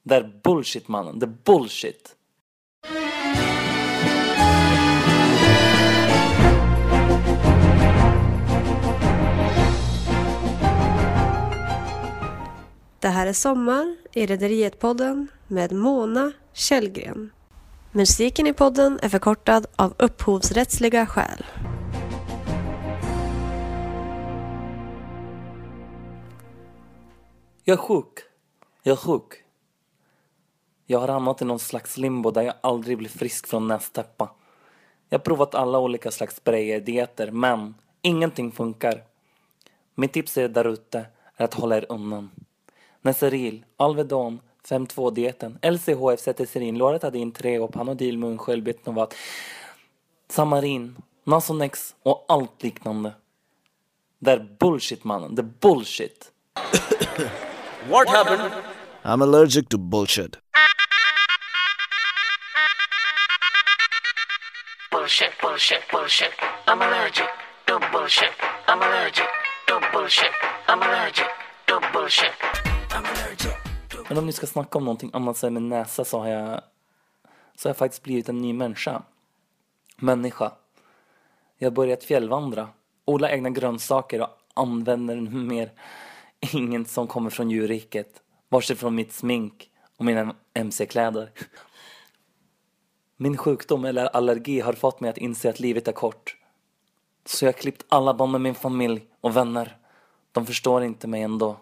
Det är bullshit, mannen. Det är bullshit. Det här är Sommar i Rederiet-podden med Mona Källgren. Musiken i podden är förkortad av upphovsrättsliga skäl. Jag är sjuk. Jag har hamnat i någon slags limbo där jag aldrig blir frisk från nästäppa. Jag har provat alla olika slags sprayer, dieter, men ingenting funkar. Mitt tips är där ute är att hålla er undan. Neseril, Alvedon, 5-2-dieten, LCHF, Cetirizin, Loratadin, 3 och Panodil, Munskölj, Betnovat, Samarin, Nasonex och allt liknande. Det är bullshit, mannen. Det är bullshit. What happened? I'm allergic to bullshit. Bullshit. I'm allergic to bullshit. I'm allergic to bullshit. I'm allergic to bullshit. I'm allergic to... Men om ni ska snacka om någonting annat än min näsa så har jag faktiskt blivit en ny människa. Jag har börjat fjällvandra, odla egna grönsaker och använder mer inget som kommer från djurriket. Bortsett från mitt smink och mina MC-kläder. Min sjukdom eller allergi har fått mig att inse att livet är kort. Så jag har klippt alla band med min familj och vänner. De förstår inte mig ändå.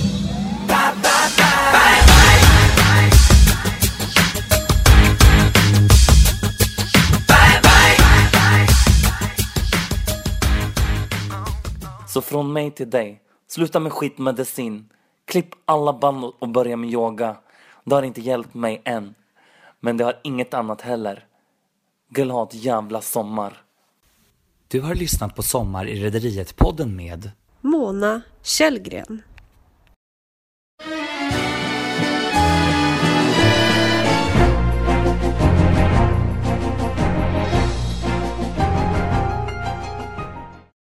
Så från mig till dig, sluta med skitmedicin. Klipp alla band och börja med yoga. Det har inte hjälpt mig än. Men det har inget annat heller. Glad jävla sommar. Du har lyssnat på Sommar i Rederiet-podden med Mona Källgren.